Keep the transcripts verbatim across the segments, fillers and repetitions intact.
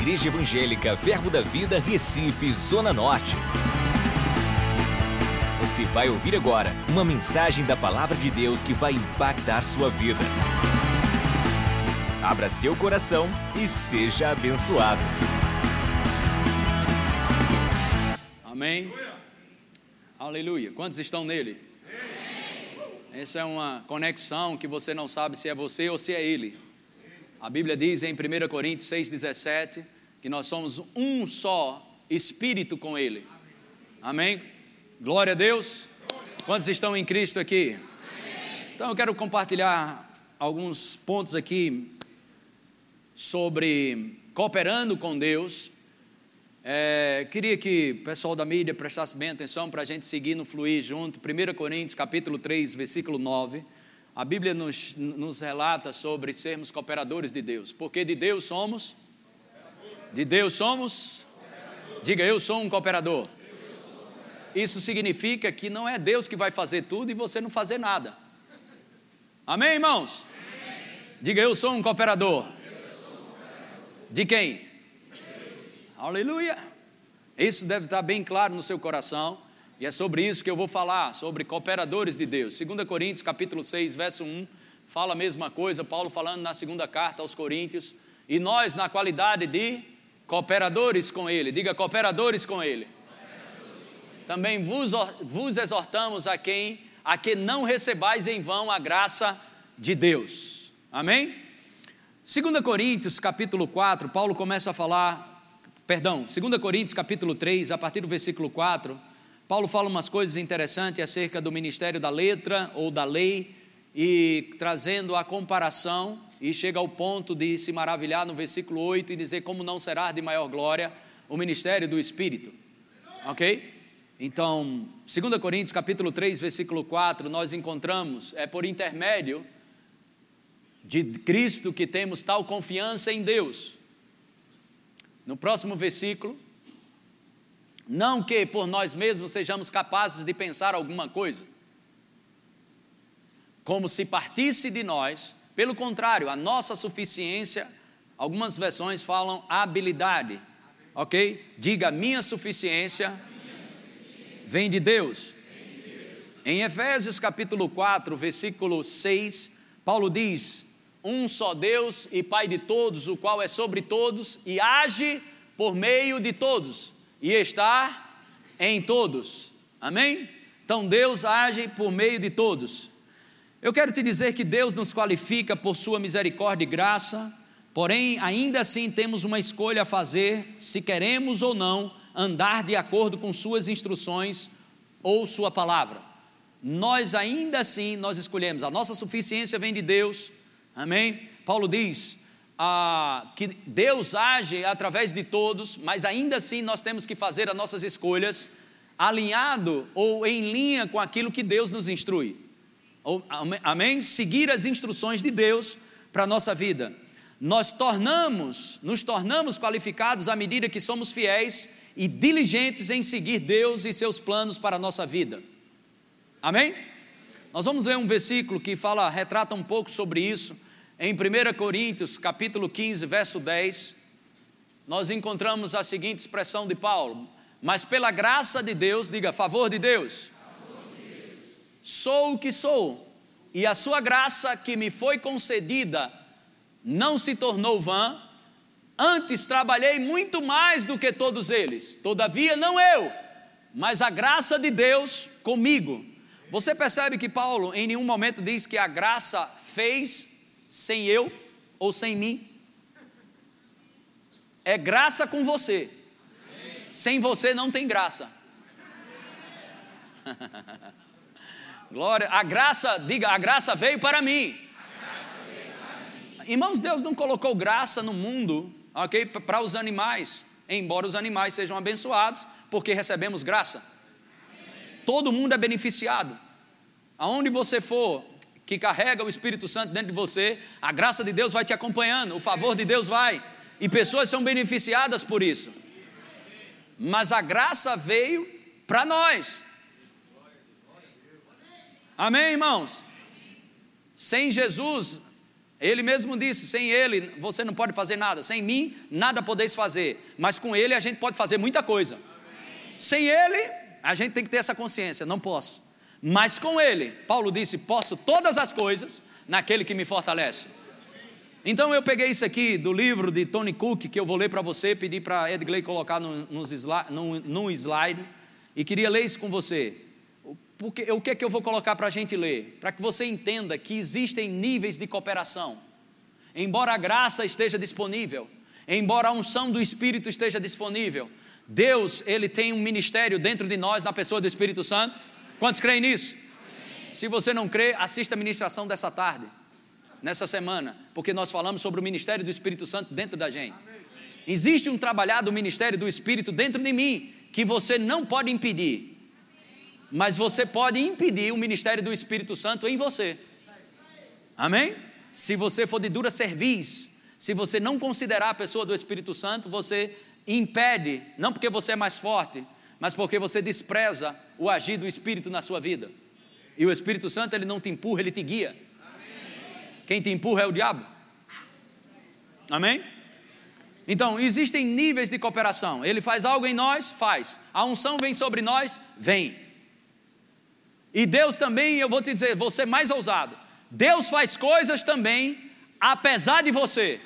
Igreja Evangélica Verbo da Vida, Recife, Zona Norte. Você vai ouvir agora uma mensagem da Palavra de Deus que vai impactar sua vida. Abra seu coração e seja abençoado. Amém? Aleluia. Quantos estão nele? Essa é uma conexão que você não sabe se é você ou se é ele. A Bíblia diz em primeira Coríntios seis, dezessete que nós somos um só espírito com ele. Amém? Glória a Deus. Quantos estão em Cristo aqui? Então eu quero compartilhar alguns pontos aqui sobre cooperando com Deus. É, queria que o pessoal da mídia prestasse bem atenção para a gente seguir no fluir junto. primeira Coríntios capítulo três, versículo nove. A Bíblia nos, nos relata sobre sermos cooperadores de Deus. Porque de Deus somos? De Deus somos? Diga, eu sou um cooperador. Isso significa que não é Deus que vai fazer tudo e você não fazer nada. Amém, irmãos? Diga, eu sou um cooperador. De quem? Aleluia. Isso deve estar bem claro no seu coração. E é sobre isso que eu vou falar, sobre cooperadores de Deus. segunda Coríntios capítulo seis, verso um, fala a mesma coisa, Paulo falando na segunda carta aos Coríntios. E nós na qualidade de cooperadores com ele. Diga, cooperadores com ele. Também vos, vos exortamos a quem, a que não recebais em vão a graça de Deus. Amém? segunda Coríntios capítulo quatro, Paulo começa a falar, perdão, segunda Coríntios capítulo três, a partir do versículo quatro, Paulo fala umas coisas interessantes acerca do ministério da letra ou da lei e trazendo a comparação e chega ao ponto de se maravilhar no versículo oito e dizer como não será de maior glória o ministério do Espírito. Ok? Então, segunda Coríntios capítulo três, versículo quatro, nós encontramos, é por intermédio de Cristo que temos tal confiança em Deus. No próximo versículo, não que por nós mesmos sejamos capazes de pensar alguma coisa, como se partisse de nós, pelo contrário, a nossa suficiência, algumas versões falam habilidade, ok? Diga, minha suficiência vem de Deus. Em Efésios capítulo quatro, versículo seis, Paulo diz, um só Deus e Pai de todos, o qual é sobre todos e age por meio de todos. E está em todos. Amém? Então Deus age por meio de todos. Eu quero te dizer que Deus nos qualifica por sua misericórdia e graça, porém ainda assim temos uma escolha a fazer, se queremos ou não andar de acordo com suas instruções ou sua palavra. Nós ainda assim, nós escolhemos, a nossa suficiência vem de Deus. Amém? Paulo diz Ah, que Deus age através de todos, mas ainda assim nós temos que fazer as nossas escolhas alinhado ou em linha com aquilo que Deus nos instrui. Ou, amém? Seguir as instruções de Deus para a nossa vida. Nós tornamos, nos tornamos qualificados à medida que somos fiéis e diligentes em seguir Deus e seus planos para a nossa vida. Amém? Nós vamos ler um versículo que fala, retrata um pouco sobre isso. Em primeira Coríntios, capítulo quinze, verso dez, nós encontramos a seguinte expressão de Paulo, mas pela graça de Deus, diga, favor de Deus, favor de Deus, sou o que sou, e a sua graça que me foi concedida não se tornou vã, antes trabalhei muito mais do que todos eles, todavia não eu, mas a graça de Deus comigo. Você percebe que Paulo em nenhum momento diz que a graça fez sem eu ou sem mim. É graça com você. Sem você não tem graça. Glória, a graça, diga, a graça veio para mim. Veio para mim. Irmãos, Deus não colocou graça no mundo, ok, para os animais, embora os animais sejam abençoados, porque recebemos graça. Todo mundo é beneficiado. Aonde você for, que carrega o Espírito Santo dentro de você, a graça de Deus vai te acompanhando, o favor de Deus vai, e pessoas são beneficiadas por isso. Mas a graça veio para nós. Amém, irmãos? Sem Jesus, Ele mesmo disse, sem Ele você não pode fazer nada, sem mim nada podeis fazer, mas com Ele a gente pode fazer muita coisa. Amém. Sem Ele, a gente tem que ter essa consciência, não posso, mas com Ele, Paulo disse, posso todas as coisas naquele que me fortalece. Então eu peguei isso aqui do livro de Tony Cook, que eu vou ler para você, pedi para Edgley colocar no, no, slide, no, no slide, e queria ler isso com você. Porque, o que é que eu vou colocar para a gente ler? Para que você entenda que existem níveis de cooperação. Embora a graça esteja disponível, embora a unção do Espírito esteja disponível, Deus, Ele tem um ministério dentro de nós, na pessoa do Espírito Santo. Quantos creem nisso? Amém. Se você não crê, assista a ministração dessa tarde, nessa semana, porque nós falamos sobre o ministério do Espírito Santo dentro da gente. Amém. Existe um trabalhar do ministério do Espírito dentro de mim, que você não pode impedir, mas você pode impedir o ministério do Espírito Santo em você. Amém? Se você for de dura cerviz, se você não considerar a pessoa do Espírito Santo, você impede, não porque você é mais forte, mas porque você despreza o agir do Espírito na sua vida. E o Espírito Santo, ele não te empurra, ele te guia. Quem te empurra é o diabo. Amém? Então, existem níveis de cooperação. Ele faz algo em nós, faz. A unção vem sobre nós, vem. E Deus também, eu vou te dizer, vou ser mais ousado, Deus faz coisas também, apesar de você.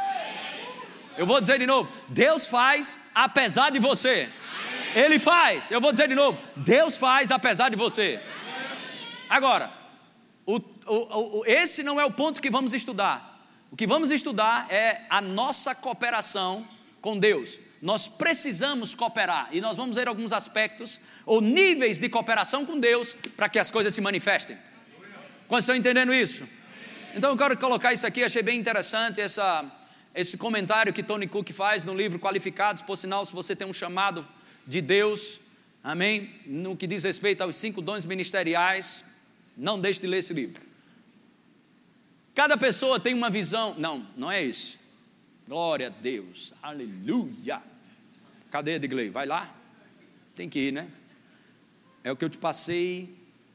Eu vou dizer de novo, Deus faz apesar de você. Ele faz, eu vou dizer de novo, Deus faz apesar de você. Agora, o, o, o, esse não é o ponto que vamos estudar. O que vamos estudar é a nossa cooperação com Deus. Nós precisamos cooperar, e nós vamos ver alguns aspectos ou níveis de cooperação com Deus para que as coisas se manifestem. Quantos estão entendendo isso? Então eu quero colocar isso aqui, achei bem interessante essa, esse comentário que Tony Cook faz no livro Qualificados. Por sinal, se você tem um chamado de Deus, amém, no que diz respeito aos cinco dons ministeriais, não deixe de ler esse livro. Cada pessoa tem uma visão, não, não é isso. Glória a Deus, aleluia. Cadê Edgley? Vai lá? Tem que ir, né? É o que eu te passei.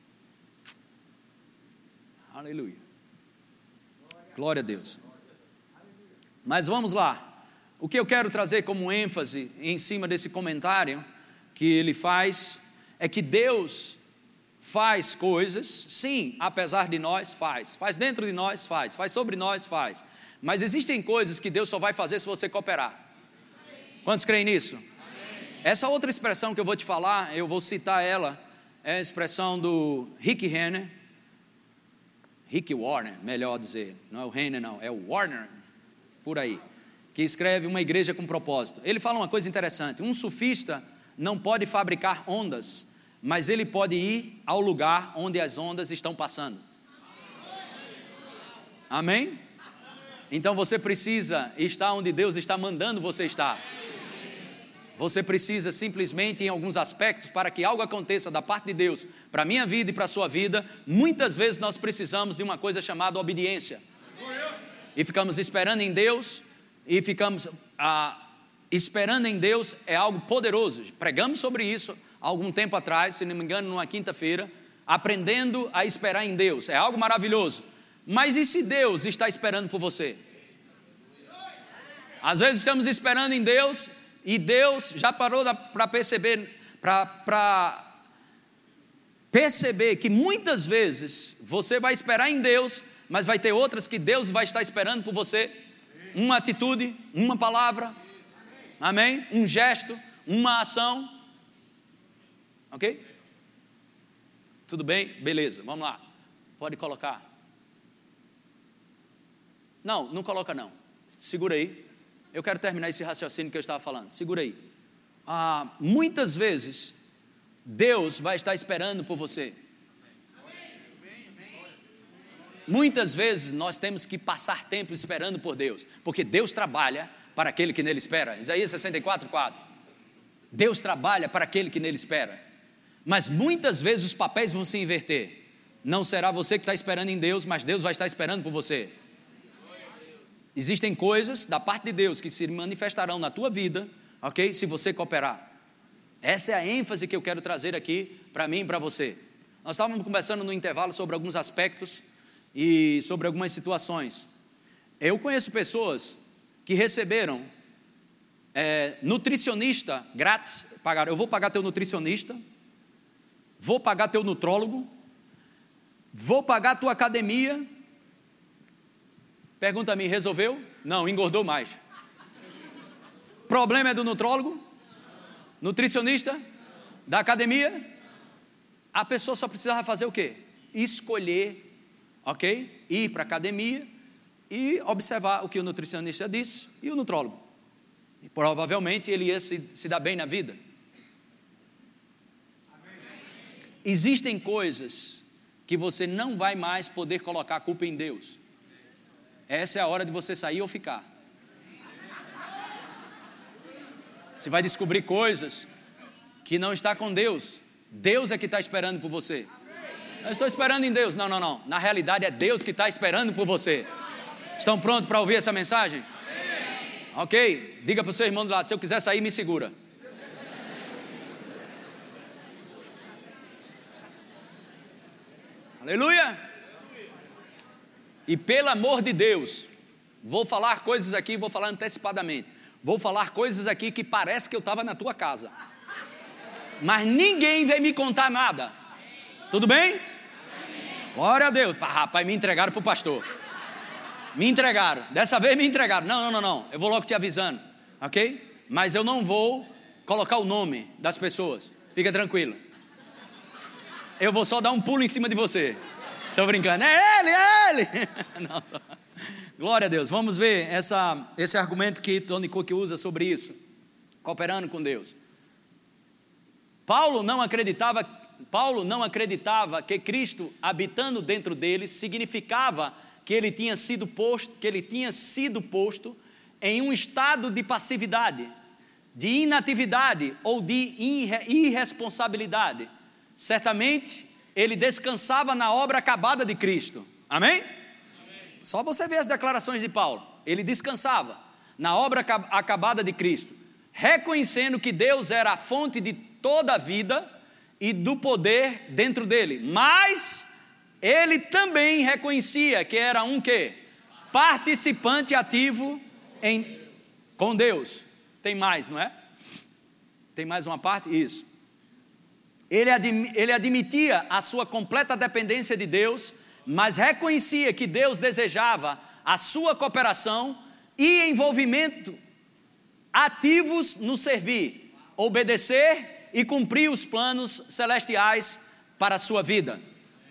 Aleluia. Glória a Deus. Mas vamos lá. O que eu quero trazer como ênfase em cima desse comentário que ele faz é que Deus faz coisas, sim, apesar de nós, faz. Faz dentro de nós, faz. Faz sobre nós, faz. Mas existem coisas que Deus só vai fazer se você cooperar. Quantos creem nisso? Amém. Essa outra expressão que eu vou te falar, eu vou citar ela, é a expressão do Rick Renner, Rick Warner, melhor dizer, não é o Renner não, é o Warner, por aí, que escreve Uma Igreja com Propósito. Ele fala uma coisa interessante, um surfista não pode fabricar ondas, mas ele pode ir ao lugar onde as ondas estão passando. Amém? Então você precisa estar onde Deus está mandando você estar. Você precisa simplesmente, em alguns aspectos, para que algo aconteça da parte de Deus, para a minha vida e para a sua vida, muitas vezes nós precisamos de uma coisa chamada obediência. E ficamos esperando em Deus, e ficamos ah, esperando em Deus é algo poderoso. Pregamos sobre isso há algum tempo atrás, se não me engano, numa quinta-feira, aprendendo a esperar em Deus. É algo maravilhoso. Mas e se Deus está esperando por você? Às vezes estamos esperando em Deus e Deus já parou para perceber, para perceber que muitas vezes você vai esperar em Deus, mas vai ter outras que Deus vai estar esperando por você. Uma atitude, uma palavra, amém? Um gesto, uma ação. Ok? Tudo bem? Beleza, vamos lá. Pode colocar. Não, não coloca não. Segura aí. Eu quero terminar esse raciocínio que eu estava falando. Segura aí. Ah, muitas vezes, Deus vai estar esperando por você. Muitas vezes nós temos que passar tempo esperando por Deus, porque Deus trabalha para aquele que nele espera. Isaías sessenta e quatro, quatro. Deus trabalha para aquele que nele espera. Mas muitas vezes os papéis vão se inverter. Não será você que está esperando em Deus, mas Deus vai estar esperando por você. Existem coisas da parte de Deus que se manifestarão na tua vida, ok? Se você cooperar. Essa é a ênfase que eu quero trazer aqui para mim e para você. Nós estávamos conversando no intervalo sobre alguns aspectos e sobre algumas situações. Eu conheço pessoas que receberam é, nutricionista grátis, pagaram, eu vou pagar teu nutricionista, vou pagar teu nutrólogo, vou pagar tua academia. Pergunta a mim, resolveu? Não, engordou mais. Problema é do nutrólogo? Nutricionista? Da academia? A pessoa só precisava fazer o quê? Escolher, ok? Ir para a academia e observar o que o nutricionista disse e o nutrólogo. E provavelmente ele ia se, se dar bem na vida. Existem coisas que você não vai mais poder colocar a culpa em Deus. Essa é a hora de você sair ou ficar. Você vai descobrir coisas que não está com Deus. Deus é que está esperando por você. Eu estou esperando em Deus. Não, não, não. Na realidade é Deus que está esperando por você. Estão prontos para ouvir essa mensagem? Ok? Diga para o seu irmão do lado, se eu quiser sair, me segura. Aleluia! E pelo amor de Deus, vou falar coisas aqui, vou falar antecipadamente. Vou falar coisas aqui que parece que eu estava na tua casa. Mas ninguém veio me contar nada. Tudo bem? Glória a Deus. Pá, rapaz, me entregaram para o pastor. Me entregaram. Dessa vez me entregaram. Não, não, não, não. Eu vou logo te avisando. Ok? Mas eu não vou colocar o nome das pessoas. Fica tranquilo. Eu vou só dar um pulo em cima de você. Estou brincando. É ele, é ele. Não, tô... Glória a Deus. Vamos ver essa, esse argumento que Tony Cook usa sobre isso. Cooperando com Deus. Paulo não acreditava, Paulo não acreditava que Cristo habitando dentro dele significava que ele tinha sido posto, que ele tinha sido posto em um estado de passividade, de inatividade ou de irresponsabilidade. Certamente ele descansava na obra acabada de Cristo. Amém? Amém? Só você ver as declarações de Paulo. Ele descansava na obra acabada de Cristo, reconhecendo que Deus era a fonte de toda a vida e do poder dentro dele. Mas ele também reconhecia que era um quê? Participante ativo em, com Deus. Tem mais, não é? Tem mais uma parte? Isso. Ele, admi, ele admitia a sua completa dependência de Deus, mas reconhecia que Deus desejava a sua cooperação e envolvimento ativos no servir, obedecer e cumprir os planos celestiais para a sua vida.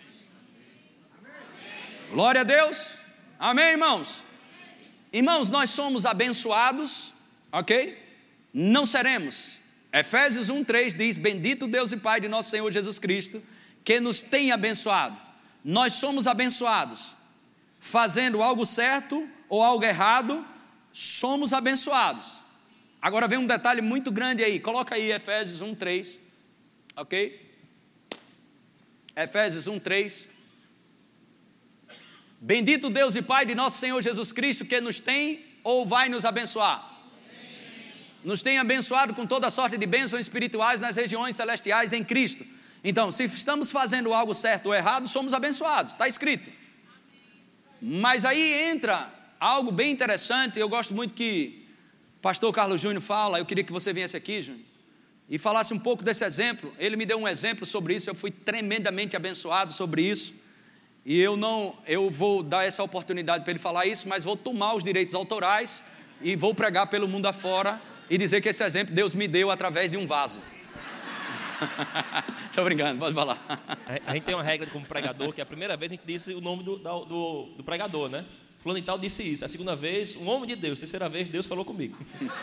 Glória a Deus. Amém, irmãos? Irmãos, nós somos abençoados, ok? Não seremos. Efésios um, três diz: bendito Deus e Pai de nosso Senhor Jesus Cristo, que nos tem abençoado. Nós somos abençoados. Fazendo algo certo ou algo errado, somos abençoados. Agora vem um detalhe muito grande aí. Coloca aí Efésios um, três. Ok? Efésios um, três. Bendito Deus e Pai de nosso Senhor Jesus Cristo, que nos tem ou vai nos abençoar. Nos tem abençoado com toda sorte de bênçãos espirituais nas regiões celestiais em Cristo. Então, se estamos fazendo algo certo ou errado, somos abençoados, está escrito. Mas aí entra algo bem interessante. Eu gosto muito que o pastor Carlos Júnior fala. Eu queria que você viesse aqui, Júnior, e falasse um pouco desse exemplo. Ele me deu um exemplo sobre isso. Eu fui tremendamente abençoado sobre isso. E eu não, eu vou dar essa oportunidade para ele falar isso, mas vou tomar os direitos autorais e vou pregar pelo mundo afora e dizer que esse exemplo Deus me deu através de um vaso. Estou brincando, pode falar. A gente tem uma regra como pregador, que é a primeira vez a gente disse o nome do, do, do pregador, né? Fulano e tal disse isso. A segunda vez, um homem de Deus. A terceira vez, Deus falou comigo.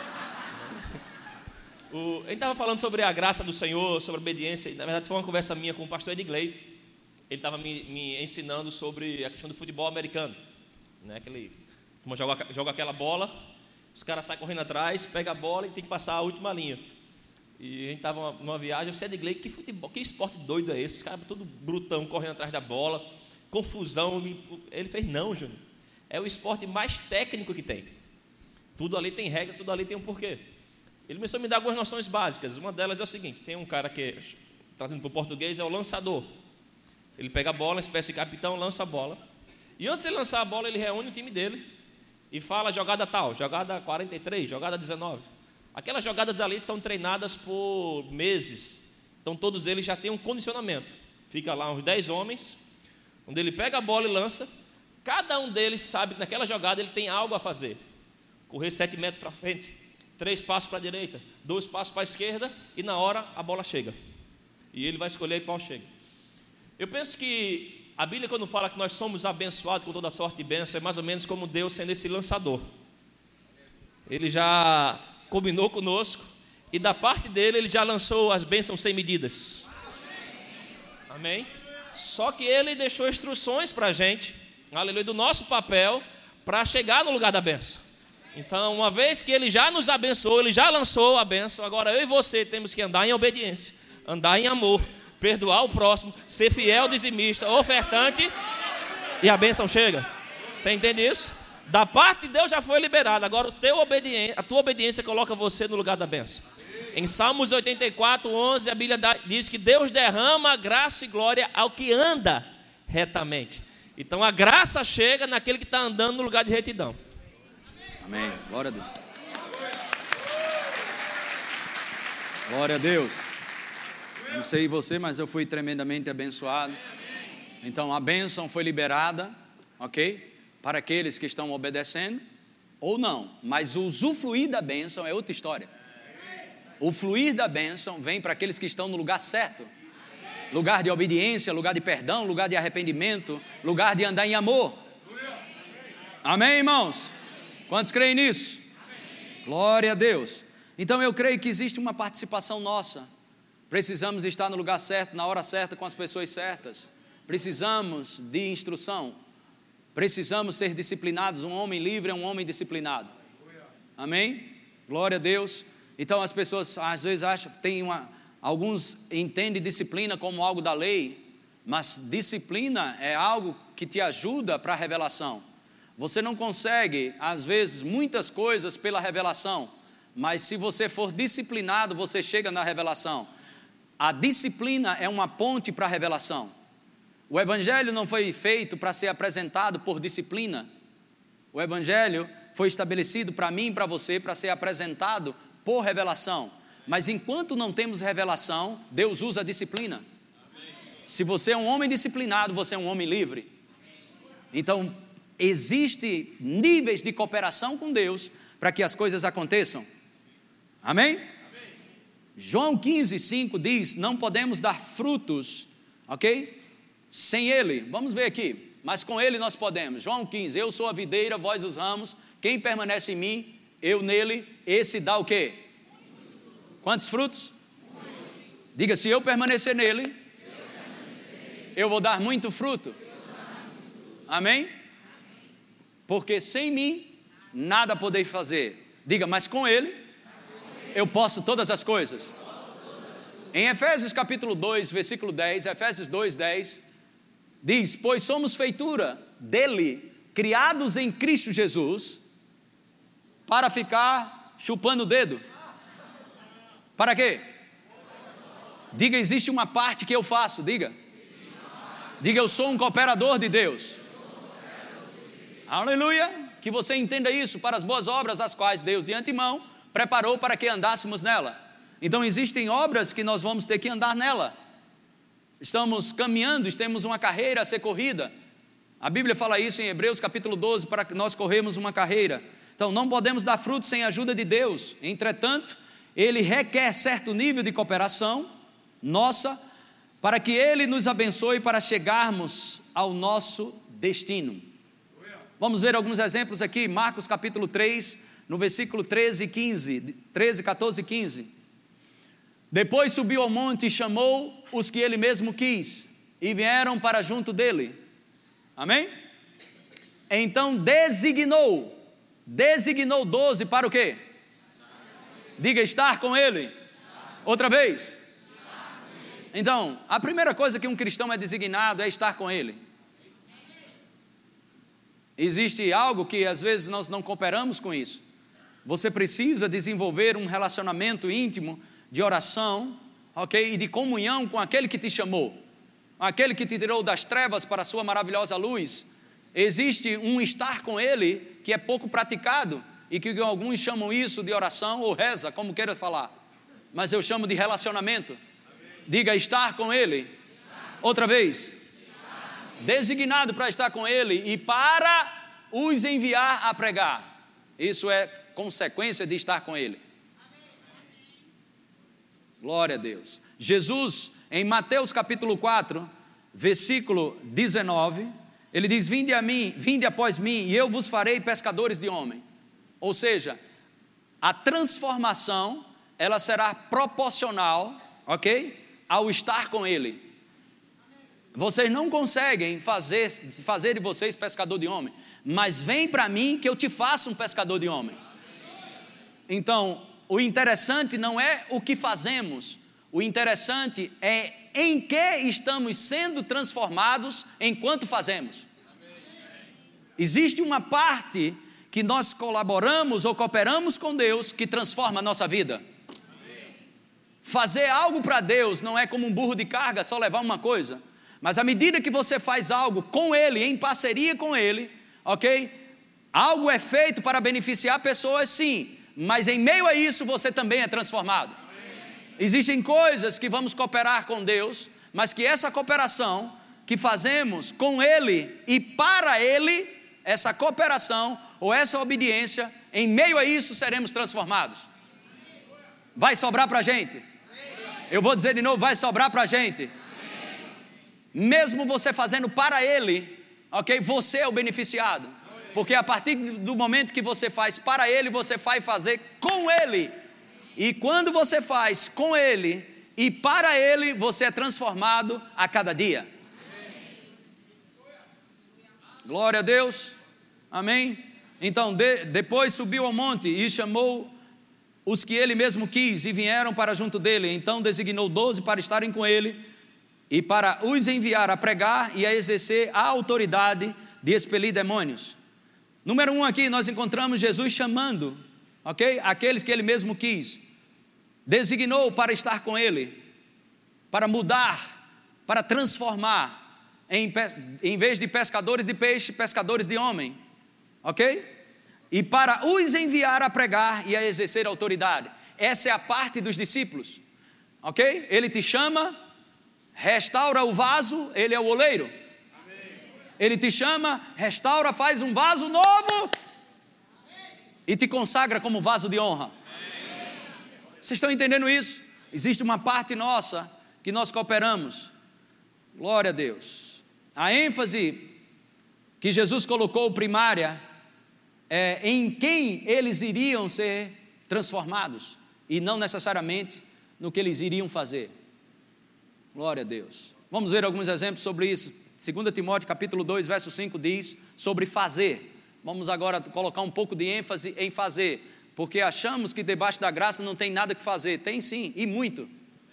o, a gente estava falando sobre a graça do Senhor, sobre a obediência. Na verdade foi uma conversa minha com o pastor Edgley. Ele estava me, me ensinando sobre a questão do futebol americano, né? Aquele, como joga, joga aquela bola, os caras saem correndo atrás, pega a bola e tem que passar a última linha. E a gente estava numa viagem. Eu disse: Edgley, que futebol, que esporte doido é esse? Os caras todo brutão, correndo atrás da bola, confusão. Ele fez: não, Júnior, é o esporte mais técnico que tem. Tudo ali tem regra, tudo ali tem um porquê. Ele começou a me dar algumas noções básicas. Uma delas é o seguinte: tem um cara que, trazendo para o português, é o lançador. Ele pega a bola, uma espécie de capitão, lança a bola. E antes de ele lançar a bola, ele reúne o time dele e fala jogada tal, jogada quarenta e três, jogada dezenove. Aquelas jogadas ali são treinadas por meses. Então todos eles já têm um condicionamento. Fica lá uns dez homens, onde ele pega a bola e lança. Cada um deles sabe que naquela jogada ele tem algo a fazer. Correr sete metros para frente, três passos para a direita, dois passos para a esquerda, e na hora a bola chega. E ele vai escolher qual chega. Eu penso que a Bíblia, quando fala que nós somos abençoados com toda sorte de bênção, é mais ou menos como Deus sendo esse lançador. Ele já combinou conosco, e da parte dele ele já lançou as bênçãos sem medidas. Amém? Só que ele deixou instruções para a gente, aleluia, do nosso papel, para chegar no lugar da bênção. Então, uma vez que ele já nos abençoou, ele já lançou a bênção, agora eu e você temos que andar em obediência, andar em amor, perdoar o próximo, ser fiel, dizimista, ofertante, e a bênção chega. Você entende isso? Da parte de Deus já foi liberada. Agora o teu obediência, a tua obediência coloca você no lugar da bênção. Em Salmos oitenta e quatro, onze, a Bíblia diz que Deus derrama graça e glória ao que anda retamente. Então a graça chega naquele que está andando no lugar de retidão. Amém. Glória a Deus. Glória a Deus. Não sei você, mas eu fui tremendamente abençoado. Então a bênção foi liberada, ok? Para aqueles que estão obedecendo, ou não. Mas o usufruir da bênção é outra história. O fluir da bênção vem para aqueles que estão no lugar certo. Lugar de obediência, lugar de perdão, lugar de arrependimento, lugar de andar em amor. Amém, irmãos? Quantos creem nisso? Glória a Deus. Então eu creio que existe uma participação nossa. Precisamos estar no lugar certo, na hora certa, com as pessoas certas. Precisamos de instrução. Precisamos ser disciplinados. Um homem livre é um homem disciplinado. Amém? Glória a Deus. Então as pessoas às vezes acham, tem uma, alguns entendem disciplina como algo da lei, mas disciplina é algo que te ajuda para a revelação. Você não consegue, às vezes, muitas coisas pela revelação, mas se você for disciplinado, você chega na revelação. A disciplina é uma ponte para a revelação. O Evangelho não foi feito para ser apresentado por disciplina. O Evangelho foi estabelecido para mim e para você, para ser apresentado por revelação. Mas enquanto não temos revelação, Deus usa a disciplina. Se você é um homem disciplinado, você é um homem livre. Então, existe níveis de cooperação com Deus para que as coisas aconteçam. Amém? João quinze, cinco diz, não podemos dar frutos, ok? Sem Ele. Vamos ver aqui. Mas com Ele nós podemos. João quinze, eu sou a videira, vós os ramos. Quem permanece em mim, eu nele, esse dá o quê? Quantos frutos? Diga, se eu permanecer nele, eu vou dar muito fruto. Amém? Porque sem mim, nada podeis fazer. Diga, mas com Ele, eu posso todas as coisas. Em Efésios capítulo dois, versículo dez, Efésios dois, dez, diz, pois somos feitura dele, criados em Cristo Jesus, para ficar chupando o dedo. Para quê? Diga, existe uma parte que eu faço, diga. Diga, eu sou um cooperador de Deus. Aleluia, que você entenda isso, para as boas obras, as quais Deus de antemão preparou para que andássemos nela. Então existem obras que nós vamos ter que andar nela. Estamos caminhando, temos uma carreira a ser corrida. A Bíblia fala isso em Hebreus capítulo doze, para que nós corremos uma carreira. Então não podemos dar fruto sem a ajuda de Deus. Entretanto, Ele requer certo nível de cooperação nossa, para que Ele nos abençoe para chegarmos ao nosso destino. Vamos ver alguns exemplos aqui, Marcos capítulo três, no versículo treze e quinze, treze, catorze e quinze. Depois subiu ao monte e chamou os que ele mesmo quis, e vieram para junto dele. Amém? Então designou, designou doze para o quê? Diga, estar com ele. Outra vez. Então, a primeira coisa que um cristão é designado é estar com ele. Existe algo que às vezes nós não cooperamos com isso. Você precisa desenvolver um relacionamento íntimo de oração, ok? E de comunhão com aquele que te chamou, aquele que te tirou das trevas para a sua maravilhosa luz. Existe um estar com ele que é pouco praticado e que alguns chamam isso de oração ou reza, como queira falar, mas eu chamo de relacionamento. Diga, estar com Ele. Outra vez. Designado para estar com Ele e para os enviar a pregar. Isso é consequência de estar com Ele. Glória a Deus. Jesus, em Mateus capítulo quatro, versículo dezenove, ele diz: vinde a mim, vinde após mim, e eu vos farei pescadores de homem. Ou seja, a transformação, ela será proporcional, ok? Ao estar com Ele. Vocês não conseguem fazer, fazer de vocês pescador de homem, mas vem para mim que eu te faço um pescador de homem. Então, o interessante não é o que fazemos, o interessante é em que estamos sendo transformados enquanto fazemos. Existe uma parte que nós colaboramos ou cooperamos com Deus que transforma a nossa vida. Fazer algo para Deus não é como um burro de carga, só levar uma coisa. Mas à medida que você faz algo com Ele, em parceria com Ele, ok? Algo é feito para beneficiar pessoas, sim. Mas em meio a isso você também é transformado. Existem coisas que vamos cooperar com Deus, mas que essa cooperação que fazemos com Ele e para Ele, essa cooperação ou essa obediência, em meio a isso seremos transformados. Vai sobrar para a gente. Eu vou dizer de novo, vai sobrar para a gente. Mesmo você fazendo para Ele, ok? Você é o beneficiado. Porque a partir do momento que você faz para Ele, você vai fazer com Ele. E quando você faz com Ele e para Ele, você é transformado a cada dia. Glória a Deus. Amém? Então, de, depois subiu ao monte e chamou os que Ele mesmo quis e vieram para junto dele. Então designou doze para estarem com Ele e para os enviar a pregar e a exercer a autoridade de expelir demônios. Número um aqui, nós encontramos Jesus chamando, ok? Aqueles que Ele mesmo quis. Designou para estar com Ele, para mudar, para transformar, em, em vez de pescadores de peixe, pescadores de homem, ok? E para os enviar a pregar e a exercer autoridade. Essa é a parte dos discípulos, ok? Ele te chama, restaura o vaso, Ele é o oleiro. Ele te chama, restaura, faz um vaso novo e te consagra como vaso de honra. Vocês estão entendendo isso? Existe uma parte nossa que nós cooperamos. Glória a Deus. A ênfase que Jesus colocou primária é em quem eles iriam ser transformados e não necessariamente no que eles iriam fazer. Glória a Deus. Vamos ver alguns exemplos sobre isso. Segunda Timóteo capítulo dois, verso cinco diz sobre fazer. Vamos agora colocar um pouco de ênfase em fazer, porque achamos que debaixo da graça não tem nada que fazer. Tem sim, e muito.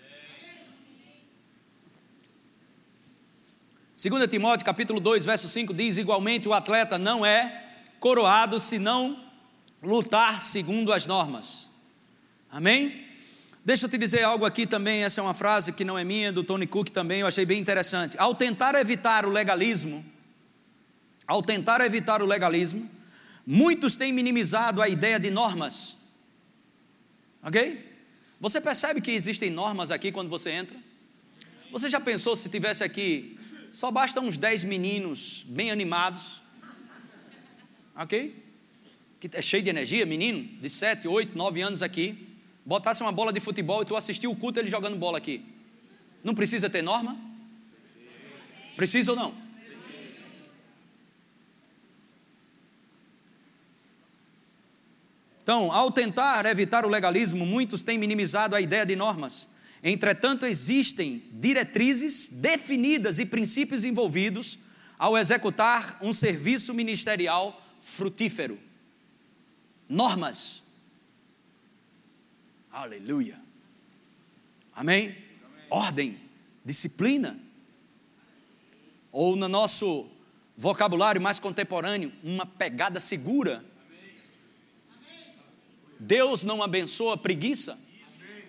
Segunda Timóteo capítulo dois, verso cinco diz: igualmente o atleta não é coroado se não lutar segundo as normas. Amém? Deixa eu te dizer algo aqui também, essa é uma frase que não é minha, do Tony Cook também, eu achei bem interessante. Ao tentar evitar o legalismo, ao tentar evitar o legalismo, muitos têm minimizado a ideia de normas. Ok? Você percebe que existem normas aqui quando você entra? Você já pensou se tivesse aqui, só basta uns dez meninos bem animados, ok? Que é cheio de energia, menino, de sete, oito, nove anos aqui, botasse uma bola de futebol e tu assistiu o culto ele jogando bola aqui. Não precisa ter norma? Precisa ou não? Então, ao tentar evitar o legalismo, muitos têm minimizado a ideia de normas. Entretanto, existem diretrizes definidas e princípios envolvidos ao executar um serviço ministerial frutífero. Normas. Aleluia. Amém? Amém? Ordem, disciplina. Ou no nosso vocabulário mais contemporâneo, uma pegada segura. Amém. Deus não abençoa a preguiça.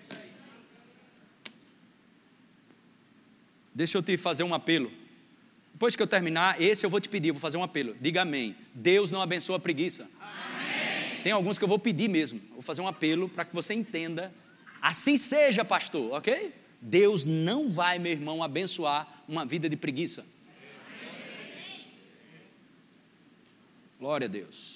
Deixa eu te fazer um apelo. Depois que eu terminar, esse eu vou te pedir, vou fazer um apelo. Diga amém. Deus não abençoa a preguiça. Amém. Tem alguns que eu vou pedir mesmo. Vou fazer um apelo para que você entenda. Assim seja, pastor, ok? Deus não vai, meu irmão, abençoar uma vida de preguiça. Amém. Glória a Deus.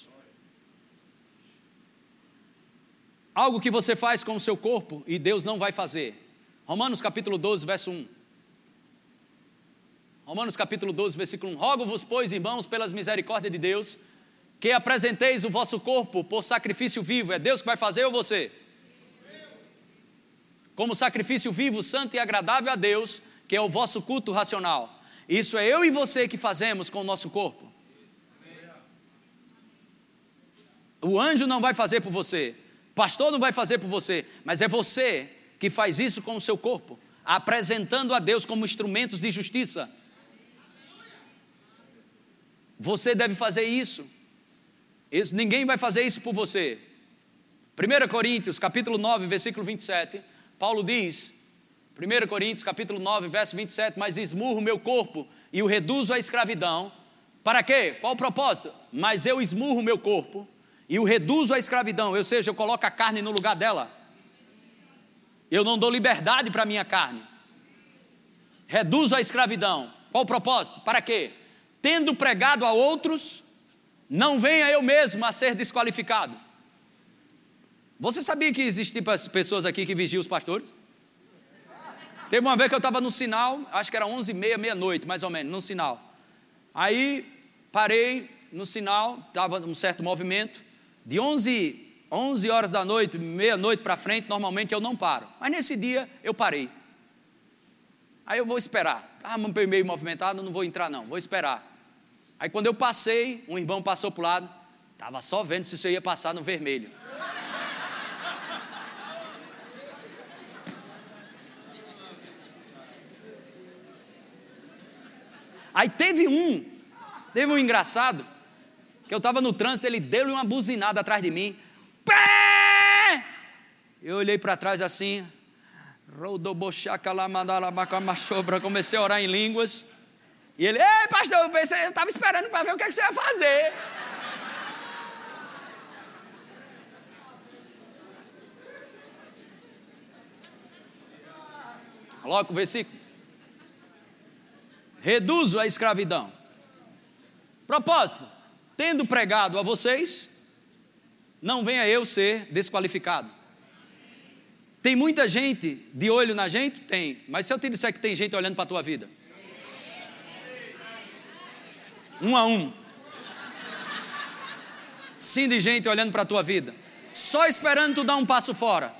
Algo que você faz com o seu corpo e Deus não vai fazer. Romanos capítulo doze, verso um. Romanos capítulo doze, versículo um. Rogo-vos, pois, irmãos, pelas misericórdias de Deus, que apresenteis o vosso corpo por sacrifício vivo. É Deus que vai fazer ou você? Como sacrifício vivo, santo e agradável a Deus, que é o vosso culto racional. Isso é eu e você que fazemos com o nosso corpo. O anjo não vai fazer por você, o pastor não vai fazer por você, mas é você que faz isso com o seu corpo, apresentando a Deus como instrumentos de justiça. Você deve fazer isso. Isso, ninguém vai fazer isso por você. primeira Coríntios, capítulo nove, versículo vinte e sete, Paulo diz, primeira Coríntios, capítulo nove, verso vinte e sete, mas esmurro o meu corpo e o reduzo à escravidão. Para quê? Qual o propósito? Mas eu esmurro o meu corpo e o reduzo à escravidão, ou seja, eu coloco a carne no lugar dela. Eu não dou liberdade para a minha carne. Reduzo a escravidão. Qual o propósito? Para quê? Tendo pregado a outros, não venha eu mesmo a ser desqualificado. Você sabia que existem pessoas aqui que vigiam os pastores? Teve uma vez que eu estava no sinal, acho que era onze e meia, meia-noite, mais ou menos, no sinal. Aí parei no sinal, estava um certo movimento, de onze, onze horas da noite, meia-noite para frente, normalmente eu não paro. Mas nesse dia eu parei. Aí eu vou esperar. Estava meio movimentado, não vou entrar não, vou esperar. Aí quando eu passei, um irmão passou para o lado, estava só vendo se você ia passar no vermelho. Aí teve um, teve um engraçado, que eu estava no trânsito, ele deu-lhe uma buzinada atrás de mim. Pé! Eu olhei para trás assim, comecei a orar em línguas. E ele, ei pastor, eu pensei, eu estava esperando para ver o que, é que você ia fazer. Coloca o versículo. Reduzo a escravidão. Propósito, tendo pregado a vocês, não venha eu ser desqualificado. Tem muita gente de olho na gente? Tem. Mas se eu te disser que tem gente olhando para a tua vida? Um a um. Sim, de gente olhando para a tua vida. Só esperando tu dar um passo fora.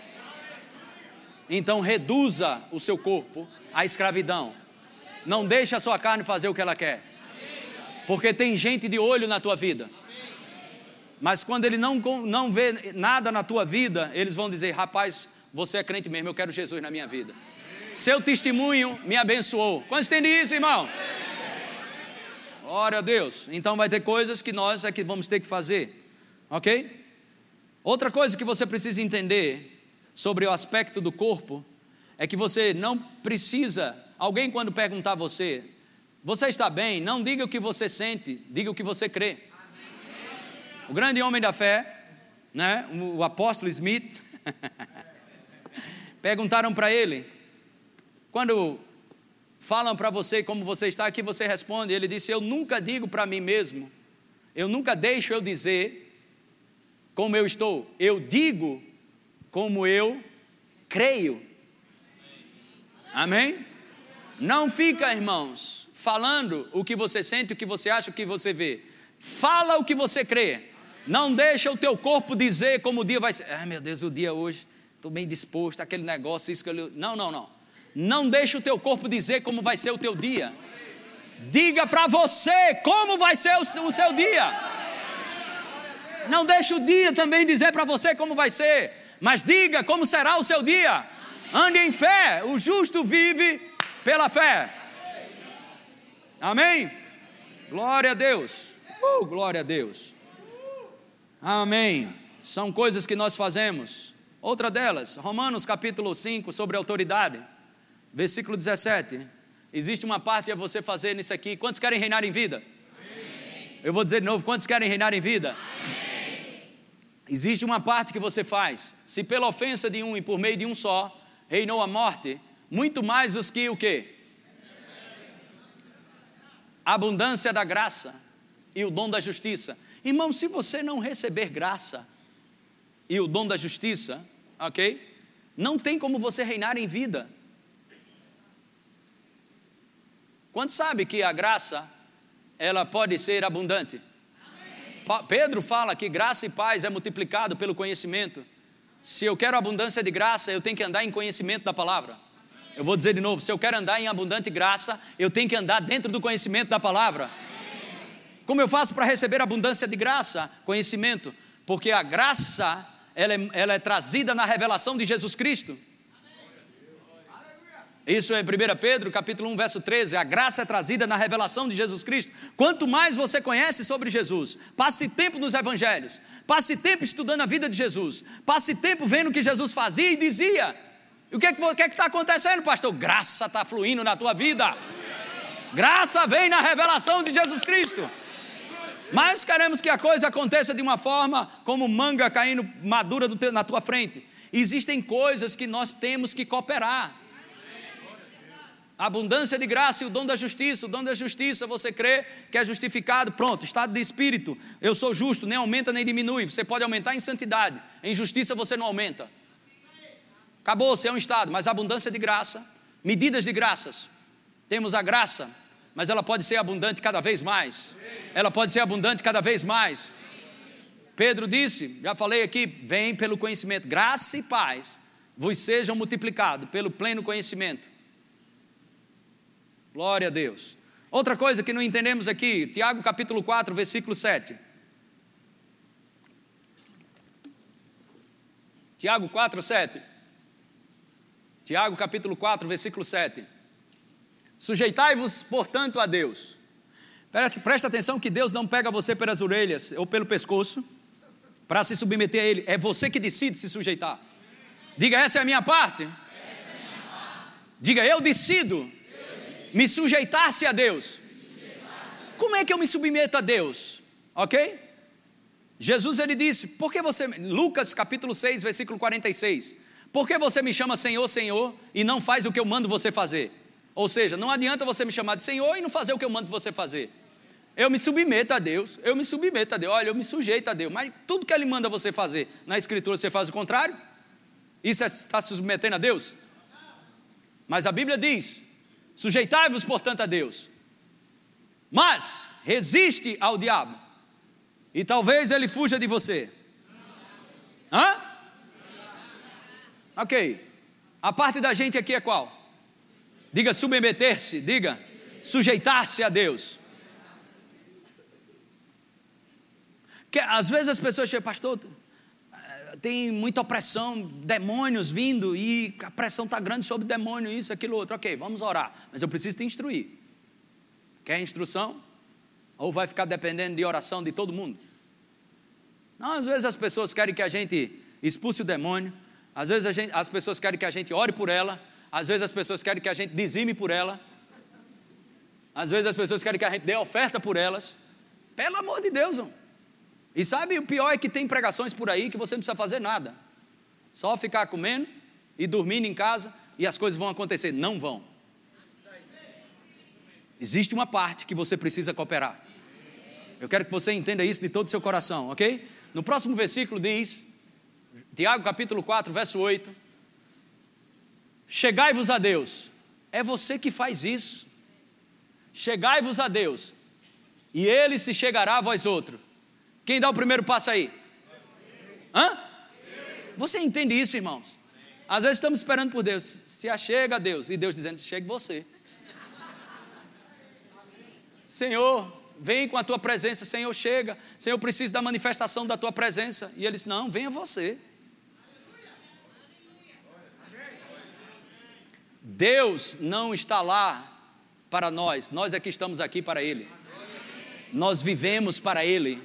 Então reduza o seu corpo à escravidão. Não deixe a sua carne fazer o que ela quer. Porque tem gente de olho na tua vida. Mas quando ele não, não vê nada na tua vida, eles vão dizer, rapaz, você é crente mesmo, eu quero Jesus na minha vida. Seu testemunho me abençoou. Quantos entendem isso, irmão? Glória a Deus. Então vai ter coisas que nós é que vamos ter que fazer. Ok? Outra coisa que você precisa entender sobre o aspecto do corpo é que você não precisa, alguém quando perguntar a você, você está bem? Não diga o que você sente, diga o que você crê. O grande homem da fé, né, o apóstolo Smith, perguntaram para ele, quando falam para você como você está, aqui você responde, ele disse, eu nunca digo para mim mesmo, eu nunca deixo eu dizer como eu estou, eu digo como eu creio. Amém? Não fica, irmãos, falando o que você sente, o que você acha, o que você vê. Fala o que você crê. Não deixa o teu corpo dizer como o dia vai ser. Ai meu Deus, o dia hoje, estou bem disposto, aquele negócio, isso que eu... Não, não, não. Não deixa o teu corpo dizer como vai ser o teu dia. Diga para você como vai ser o seu dia. Não deixa o dia também dizer para você como vai ser, mas diga como será o seu dia. Ande em fé, o justo vive pela fé. Amém? Glória a Deus. Uh, glória a Deus. Amém. São coisas que nós fazemos. Outra delas, Romanos capítulo cinco, sobre autoridade. Versículo dezessete. Existe uma parte a você fazer nisso aqui. Quantos querem reinar em vida? Amém. Eu vou dizer de novo, quantos querem reinar em vida? Amém. Existe uma parte que você faz. Se pela ofensa de um e por meio de um só reinou a morte, muito mais os que o quê? A abundância da graça e o dom da justiça. Irmão, se você não receber graça e o dom da justiça, ok? Não tem como você reinar em vida. Quantos sabe que a graça, ela pode ser abundante? Amém. Pedro fala que graça e paz é multiplicado pelo conhecimento. Se eu quero abundância de graça, eu tenho que andar em conhecimento da palavra. Amém. Eu vou dizer de novo, se eu quero andar em abundante graça, eu tenho que andar dentro do conhecimento da palavra. Amém. Como eu faço para receber abundância de graça? Conhecimento. Porque a graça, ela é, ela é trazida na revelação de Jesus Cristo. Isso é primeira Pedro, capítulo um, verso treze. A graça é trazida na revelação de Jesus Cristo. Quanto mais você conhece sobre Jesus, passe tempo nos evangelhos, passe tempo estudando a vida de Jesus, passe tempo vendo o que Jesus fazia e dizia. E o que é que está acontecendo, pastor? Graça está fluindo na tua vida. Graça vem na revelação de Jesus Cristo. Mas queremos que a coisa aconteça de uma forma como manga caindo madura do teu, na tua frente. Existem coisas que nós temos que cooperar. A abundância de graça e o dom da justiça. O dom da justiça, você crê que é justificado, pronto, estado de espírito. Eu sou justo, nem aumenta nem diminui. Você pode aumentar em santidade, em justiça você não aumenta. Acabou, você é um estado. Mas a abundância de graça, medidas de graças. Temos a graça, mas ela pode ser abundante cada vez mais. Ela pode ser abundante cada vez mais. Pedro disse, já falei aqui, vem pelo conhecimento. Graça e paz vos sejam multiplicados pelo pleno conhecimento. Glória a Deus. Outra coisa que não entendemos aqui, Tiago capítulo quatro, versículo sete. Tiago quatro, sete. Tiago capítulo quatro, versículo sete. Sujeitai-vos, portanto, a Deus. Presta atenção que Deus não pega você pelas orelhas ou pelo pescoço para se submeter a Ele. É você que decide se sujeitar. Diga, essa é a minha parte. Essa é a minha parte. Diga, eu decido me sujeitar-se a Deus. Como é que eu me submeto a Deus? Ok? Jesus, ele disse, por que você, Lucas capítulo seis, versículo quarenta e seis, por que você me chama Senhor, Senhor, e não faz o que eu mando você fazer? Ou seja, não adianta você me chamar de Senhor e não fazer o que eu mando você fazer. Eu me submeto a Deus, eu me submeto a Deus, olha, eu me sujeito a Deus, mas tudo que Ele manda você fazer, na Escritura você faz o contrário? Isso é estar se submetendo a Deus? Mas a Bíblia diz, sujeitai-vos, portanto, a Deus, mas resiste ao diabo, e talvez ele fuja de você. Hã? Ok, a parte da gente aqui é qual? Diga submeter-se, diga sujeitar-se a Deus. Que às vezes as pessoas chegam, pastor, tem muita opressão, demônios vindo e a pressão está grande sobre o demônio, isso, aquilo, outro. Ok, vamos orar, mas eu preciso te instruir. Quer instrução? Ou vai ficar dependendo de oração de todo mundo? Não, às vezes as pessoas querem que a gente expulse o demônio, às vezes a gente, as pessoas querem que a gente ore por ela, às vezes as pessoas querem que a gente dizime por ela, às vezes as pessoas querem que a gente dê oferta por elas. Pelo amor de Deus, irmão. E sabe, o pior é que tem pregações por aí que você não precisa fazer nada, só ficar comendo e dormindo em casa e as coisas vão acontecer. Não vão. Existe uma parte que você precisa cooperar. Eu quero que você entenda isso de todo o seu coração, ok? No próximo versículo diz, Tiago capítulo quatro, verso oito, chegai-vos a Deus. É você que faz isso. Chegai-vos a Deus e Ele se chegará a vós outros. Quem dá o primeiro passo aí? Hã? Você entende isso, irmãos? Às vezes estamos esperando por Deus. Se achega a Deus. E Deus dizendo, chegue você. Senhor, vem com a tua presença. Senhor, chega. Senhor, eu preciso da manifestação da tua presença. E ele disse, não, venha você. Deus não está lá para nós. Nós é que estamos aqui para Ele. Nós vivemos para Ele.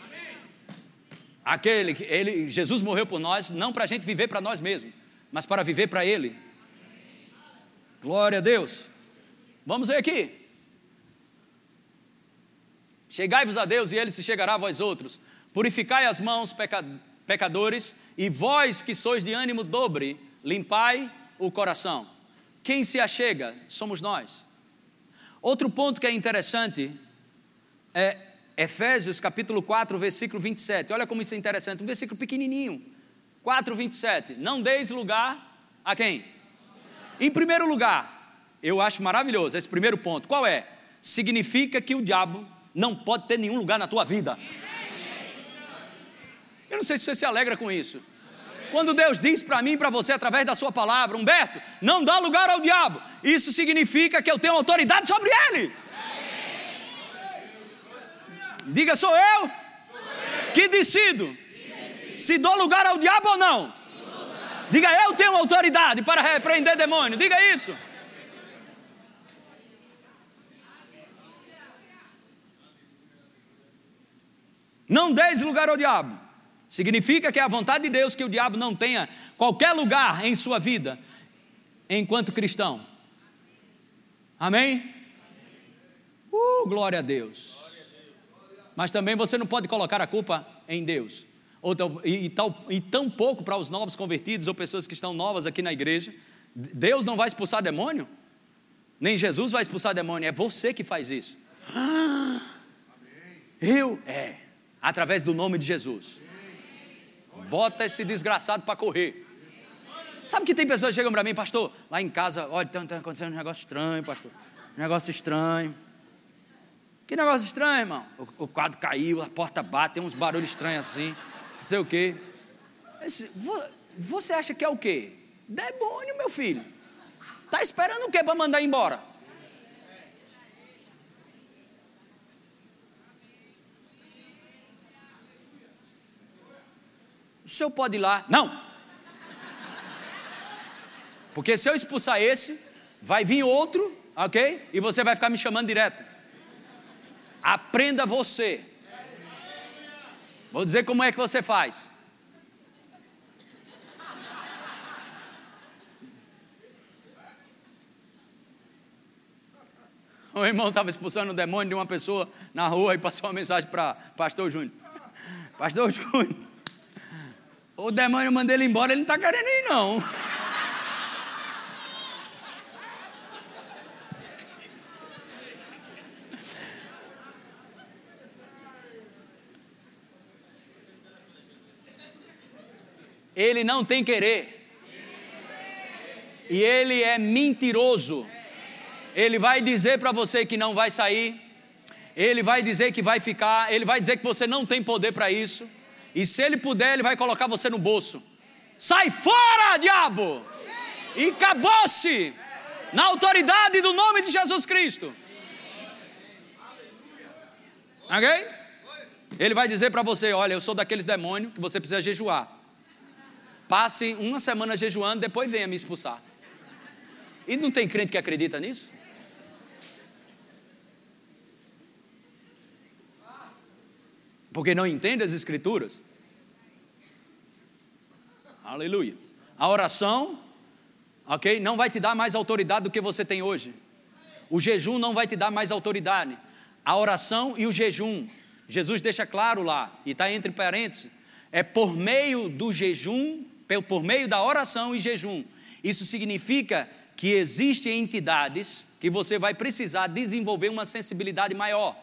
Aquele, ele, Jesus morreu por nós, não para a gente viver para nós mesmos, mas para viver para Ele. Glória a Deus. Vamos ver aqui. Chegai-vos a Deus e Ele se chegará a vós outros. Purificai as mãos, peca, pecadores, e vós que sois de ânimo dobre, limpai o coração. Quem se achega? Somos nós. Outro ponto que é interessante é Efésios capítulo quatro, versículo vinte e sete. Olha como isso é interessante, um versículo pequenininho. quatro, vinte e sete. Não deis lugar a quem? Em primeiro lugar, eu acho maravilhoso esse primeiro ponto. Qual é? Significa que o diabo não pode ter nenhum lugar na tua vida. Eu não sei se você se alegra com isso. Quando Deus diz para mim e para você através da sua palavra, Humberto, não dá lugar ao diabo, isso significa que eu tenho autoridade sobre ele. Diga, sou eu, sou eu. Que decido, que decido se dou lugar ao diabo ou não. Diga, eu tenho autoridade para repreender demônio. Diga isso. Não deis lugar ao diabo. Significa que é a vontade de Deus que o diabo não tenha qualquer lugar em sua vida enquanto cristão. Amém? Uh, glória a Deus. Mas também você não pode colocar a culpa em Deus. Ou, e, e, tal, e tão pouco para os novos convertidos ou pessoas que estão novas aqui na igreja. Deus não vai expulsar demônio, nem Jesus vai expulsar demônio, é você que faz isso. Ah, eu? É, através do nome de Jesus. Bota esse desgraçado para correr. Sabe que tem pessoas que chegam para mim, pastor, lá em casa, olha, está acontecendo um negócio estranho, pastor, um negócio estranho. Que negócio estranho, irmão? O, o quadro caiu, a porta bate, tem uns barulhos estranhos assim, não sei o quê. Esse, você acha que é o quê? Demônio, meu filho. Está esperando o quê para mandar embora? O senhor pode ir lá? Não. Porque se eu expulsar esse, vai vir outro, ok? E você vai ficar me chamando direto. Aprenda você. Vou dizer como é que você faz. O irmão estava expulsando o demônio de uma pessoa na rua e passou uma mensagem para pastor Júnior. Pastor Júnior, o demônio mandou ele embora, ele não está querendo ir não. Ele não tem querer. E ele é mentiroso. Ele vai dizer para você que não vai sair. Ele vai dizer que vai ficar. Ele vai dizer que você não tem poder para isso. E se ele puder, ele vai colocar você no bolso. Sai fora, diabo! E acabou-se! Na autoridade do nome de Jesus Cristo. Ok? Ele vai dizer para você, olha, eu sou daqueles demônios que você precisa jejuar. Passe uma semana jejuando, depois venha me expulsar. E não tem crente que acredita nisso? Porque não entende as escrituras? Aleluia. A oração, ok, não vai te dar mais autoridade do que você tem hoje. O jejum não vai te dar mais autoridade. A oração e o jejum, Jesus deixa claro lá, e está entre parênteses, é por meio do jejum, por meio da oração e jejum. Isso significa que existem entidades que você vai precisar desenvolver uma sensibilidade maior.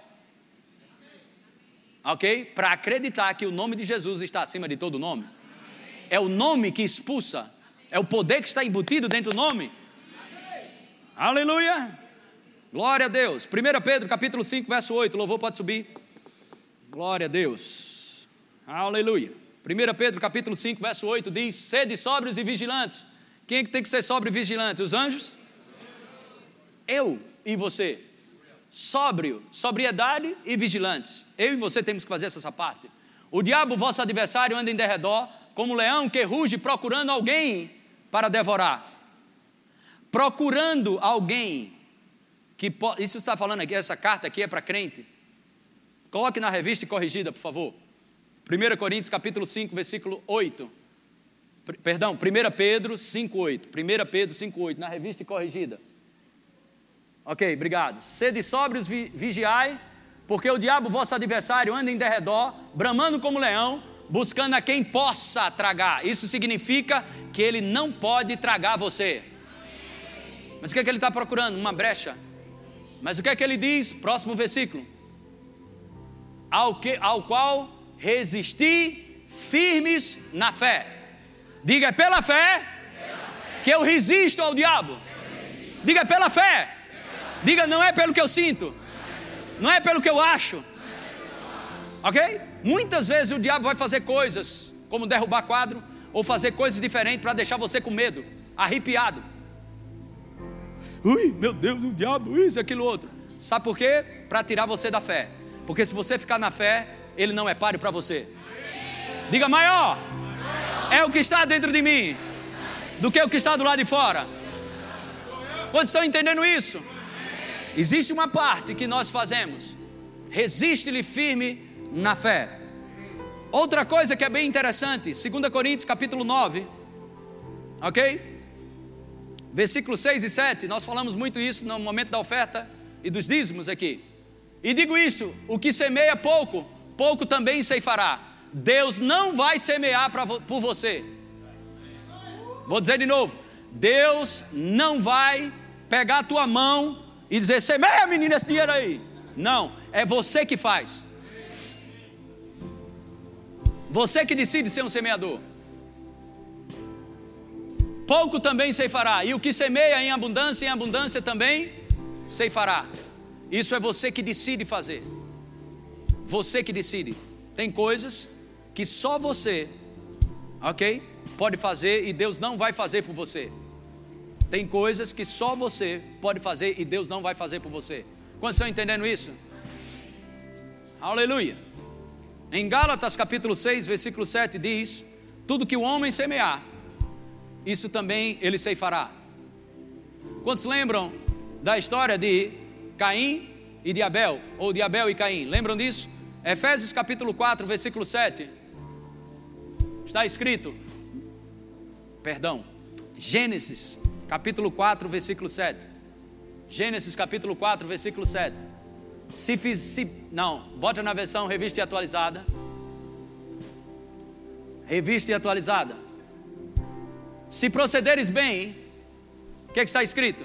Ok? Para acreditar que o nome de Jesus está acima de todo nome. É o nome que expulsa. É o poder que está embutido dentro do nome. Aleluia. Glória a Deus. primeira Pedro capítulo cinco, verso oito. Louvor pode subir. Glória a Deus. Aleluia. primeira Pedro capítulo cinco, verso oito diz: sede sóbrios e vigilantes. Quem é que tem que ser sóbrio e vigilante? Os anjos? Eu e você. Sóbrio, sobriedade e vigilantes. Eu e você temos que fazer essa parte. O diabo, vosso adversário, anda em derredor, como um leão que ruge procurando alguém para devorar. Procurando alguém que pode... Isso está falando aqui, essa carta aqui é para crente. Coloque na revista e corrigida, por favor. primeira Coríntios capítulo cinco, versículo oito. Perdão, primeira Pedro cinco, oito. primeira Pedro cinco, oito, na revista e corrigida. Ok, obrigado. Sede sóbrios, vi, vigiai, porque o diabo, vosso adversário, anda em derredor, bramando como leão, buscando a quem possa tragar. Isso significa que ele não pode tragar você. Mas o que é que ele está procurando? Uma brecha. Mas o que é que ele diz? Próximo versículo. Ao, que, ao qual resisti firmes na fé. Diga, é pela fé que eu resisto ao diabo. Diga, é pela fé. Diga, não é pelo que eu sinto. Não é pelo que eu acho. Ok? Muitas vezes o diabo vai fazer coisas, como derrubar quadro, ou fazer coisas diferentes para deixar você com medo, arrepiado. Ui, meu Deus, o diabo, isso, aquilo, outro. Sabe por quê? Para tirar você da fé. Porque se você ficar na fé, ele não é páreo para você. Diga, maior é o que está dentro de mim do que o que está do lado de fora. Quantos estão entendendo isso? Existe uma parte que nós fazemos. Resiste-lhe firme na fé. Outra coisa que é bem interessante, dois Coríntios capítulo nove, ok? Versículos seis e sete, nós falamos muito isso no momento da oferta e dos dízimos aqui. E digo isso, o que semeia pouco, pouco também ceifará. Deus não vai semear pra, por você. Vou dizer de novo, Deus não vai pegar a tua mão e dizer, semeia, menina, esse dinheiro aí. Não, é você que faz. Você que decide ser um semeador. Pouco também ceifará, e o que semeia em abundância, em abundância também ceifará. Isso é você que decide fazer. Você que decide. Tem coisas que só você, ok, pode fazer e Deus não vai fazer por você. Tem coisas que só você pode fazer e Deus não vai fazer por você. Quantos estão entendendo isso? Aleluia. Em Gálatas capítulo seis, versículo sete diz, tudo que o homem semear, isso também ele ceifará. Quantos lembram da história de Caim e de Abel, ou de Abel e Caim? Lembram disso? Efésios capítulo quatro, versículo sete. Está escrito, perdão, Gênesis capítulo quatro, versículo sete. Gênesis capítulo quatro, versículo sete. Se fiz, se, não, bota na versão revista e atualizada. Revista e atualizada. Se procederes bem, o que, é que está escrito?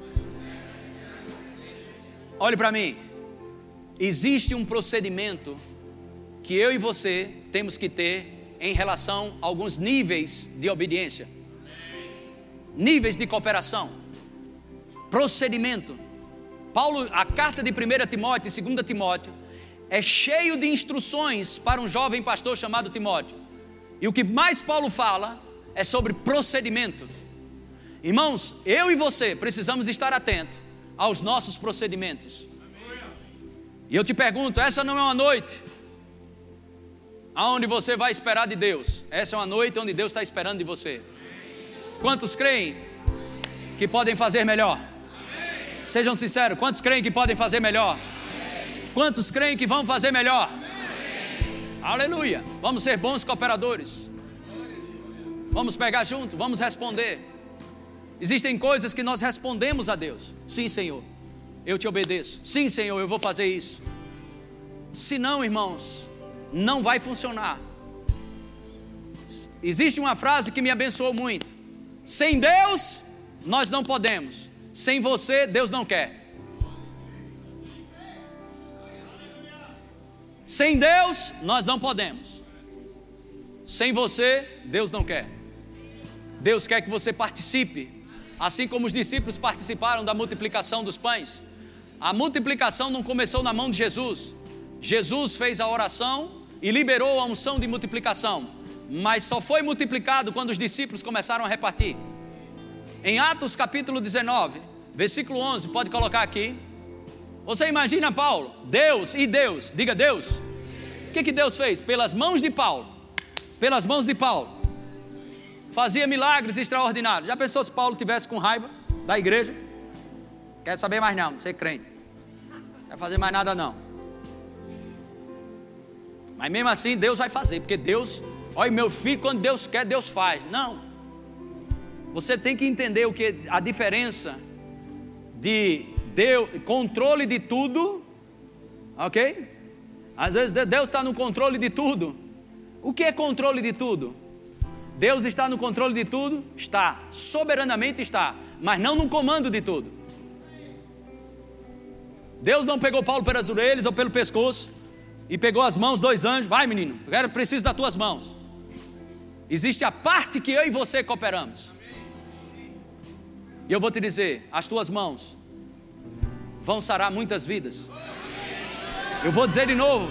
Olhe para mim. Existe um procedimento que eu e você temos que ter em relação a alguns níveis de obediência, níveis de cooperação, procedimento. Paulo, a carta de primeira Timóteo e segunda Timóteo é cheio de instruções para um jovem pastor chamado Timóteo. E o que mais Paulo fala é sobre procedimento. Irmãos, eu e você precisamos estar atentos aos nossos procedimentos. E eu te pergunto, essa não é uma noite aonde você vai esperar de Deus. Essa é uma noite onde Deus está esperando de você. Quantos creem que podem fazer melhor? Sejam sinceros, quantos creem que podem fazer melhor? Quantos creem que vão fazer melhor? Aleluia. Vamos ser bons cooperadores. Vamos pegar junto, vamos responder. Existem coisas que nós respondemos a Deus. Sim, Senhor, eu te obedeço. Sim, Senhor, eu vou fazer isso. Se não, irmãos, não vai funcionar. Existe uma frase que me abençoou muito. Sem Deus, nós não podemos. Sem você, Deus não quer. Sem Deus, nós não podemos. Sem você, Deus não quer. Deus quer que você participe, assim como os discípulos participaram da multiplicação dos pães. A multiplicação não começou na mão de Jesus. Jesus fez a oração e liberou a unção de multiplicação, mas só foi multiplicado quando os discípulos começaram a repartir. Em Atos capítulo dezenove, versículo onze, pode colocar aqui. Você imagina Paulo, Deus e Deus, diga Deus. O que que Deus fez? Pelas mãos de Paulo, pelas mãos de Paulo, fazia milagres extraordinários. Já pensou se Paulo tivesse com raiva da igreja? Quero saber mais não, ser crente. Não quer fazer mais nada não. Mas mesmo assim Deus vai fazer, porque Deus, olha meu filho, quando Deus quer, Deus faz. Não. Você tem que entender o que a diferença de Deus, controle de tudo, ok? Às vezes Deus está no controle de tudo. O que é controle de tudo? Deus está no controle de tudo? Está, soberanamente está, mas não no comando de tudo. Deus não pegou Paulo pelas orelhas ou pelo pescoço e pegou as mãos, dois anjos, vai menino, eu preciso das tuas mãos. Existe a parte que eu e você cooperamos. E eu vou te dizer, as tuas mãos vão sarar muitas vidas. Eu vou dizer de novo,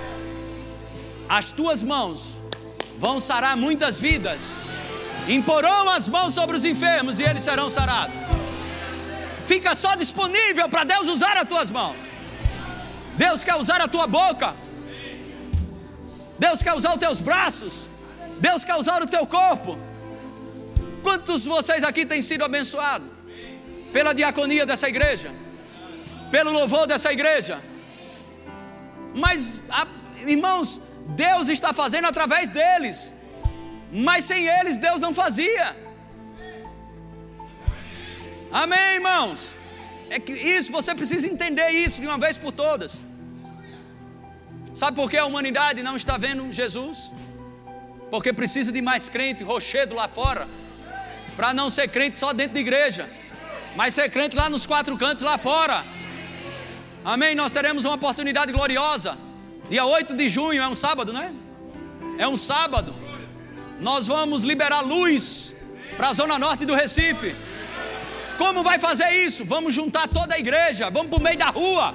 as tuas mãos vão sarar muitas vidas. Imporão as mãos sobre os enfermos e eles serão sarados. Fica só disponível para Deus usar as tuas mãos. Deus quer usar a tua boca. Deus quer usar os teus braços. Deus quer usar o teu corpo. Quantos de vocês aqui têm sido abençoados pela diaconia dessa igreja, pelo louvor dessa igreja? Mas, irmãos, Deus está fazendo através deles, mas sem eles Deus não fazia. Amém, irmãos? É que isso, você precisa entender isso de uma vez por todas. Sabe por que a humanidade não está vendo Jesus? Porque precisa de mais crente, rochedo lá fora, para não ser crente só dentro da igreja, mas ser crente lá nos quatro cantos lá fora. Amém? Nós teremos uma oportunidade gloriosa. Dia oito de junho, é um sábado, não é? É um sábado. Nós vamos liberar luz para a zona norte do Recife. Como vai fazer isso? Vamos juntar toda a igreja, vamos para o meio da rua.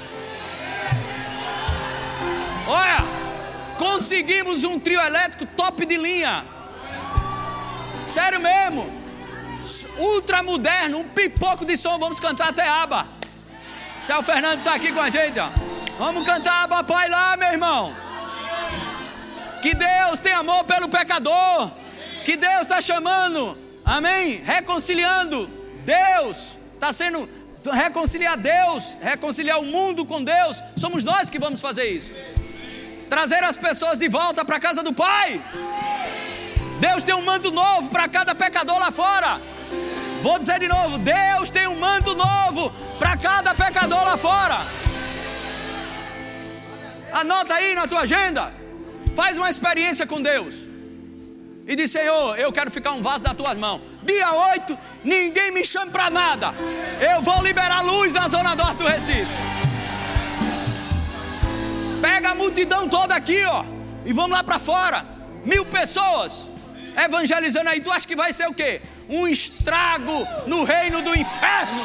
Olha, conseguimos um trio elétrico top de linha. Sério mesmo. Ultra moderno, um pipoco de som, vamos cantar até aba. Céu Fernandes está aqui com a gente, ó. Vamos cantar aba pai lá, meu irmão. Que Deus tem amor pelo pecador. Que Deus está chamando, amém, reconciliando. Deus está sendo, reconciliar Deus, reconciliar o mundo com Deus. Somos nós que vamos fazer isso. Trazer as pessoas de volta para a casa do Pai. Deus tem um manto novo para cada pecador lá fora. Vou dizer de novo, Deus tem um manto novo para cada pecador lá fora. Anota aí na tua agenda. Faz uma experiência com Deus e diz: Senhor, eu quero ficar um vaso das tuas mãos. Dia oito, ninguém me chama para nada. Eu vou liberar luz na zona norte do Recife. Pega a multidão toda aqui, ó, e vamos lá para fora. Mil pessoas evangelizando aí. Tu acha que vai ser o quê? Um estrago no reino do inferno.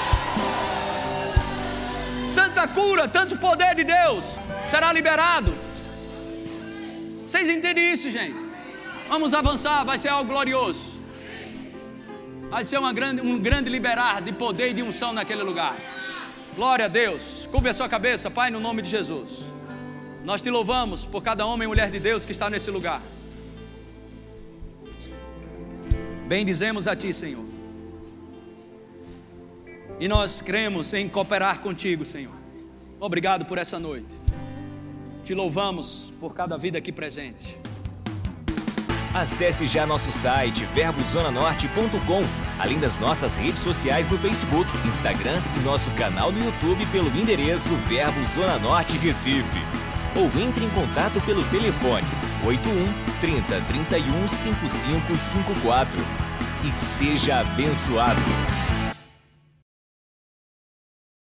Tanta cura, tanto poder de Deus será liberado. Vocês entendem isso, gente? Vamos avançar, vai ser algo glorioso. Vai ser uma grande, um grande liberar de poder e de unção naquele lugar. Glória a Deus. Curva a sua cabeça, Pai, no nome de Jesus. Nós te louvamos por cada homem e mulher de Deus que está nesse lugar. Bendizemos a Ti, Senhor. E nós cremos em cooperar contigo, Senhor. Obrigado por essa noite. Te louvamos por cada vida aqui presente. Acesse já nosso site verbo zona norte ponto com, além das nossas redes sociais no Facebook, Instagram e nosso canal no YouTube pelo endereço Verbo Zona Norte Recife. Ou entre em contato pelo telefone oito um, trinta, trinta e um, cinquenta e cinco cinquenta e quatro. E seja abençoado.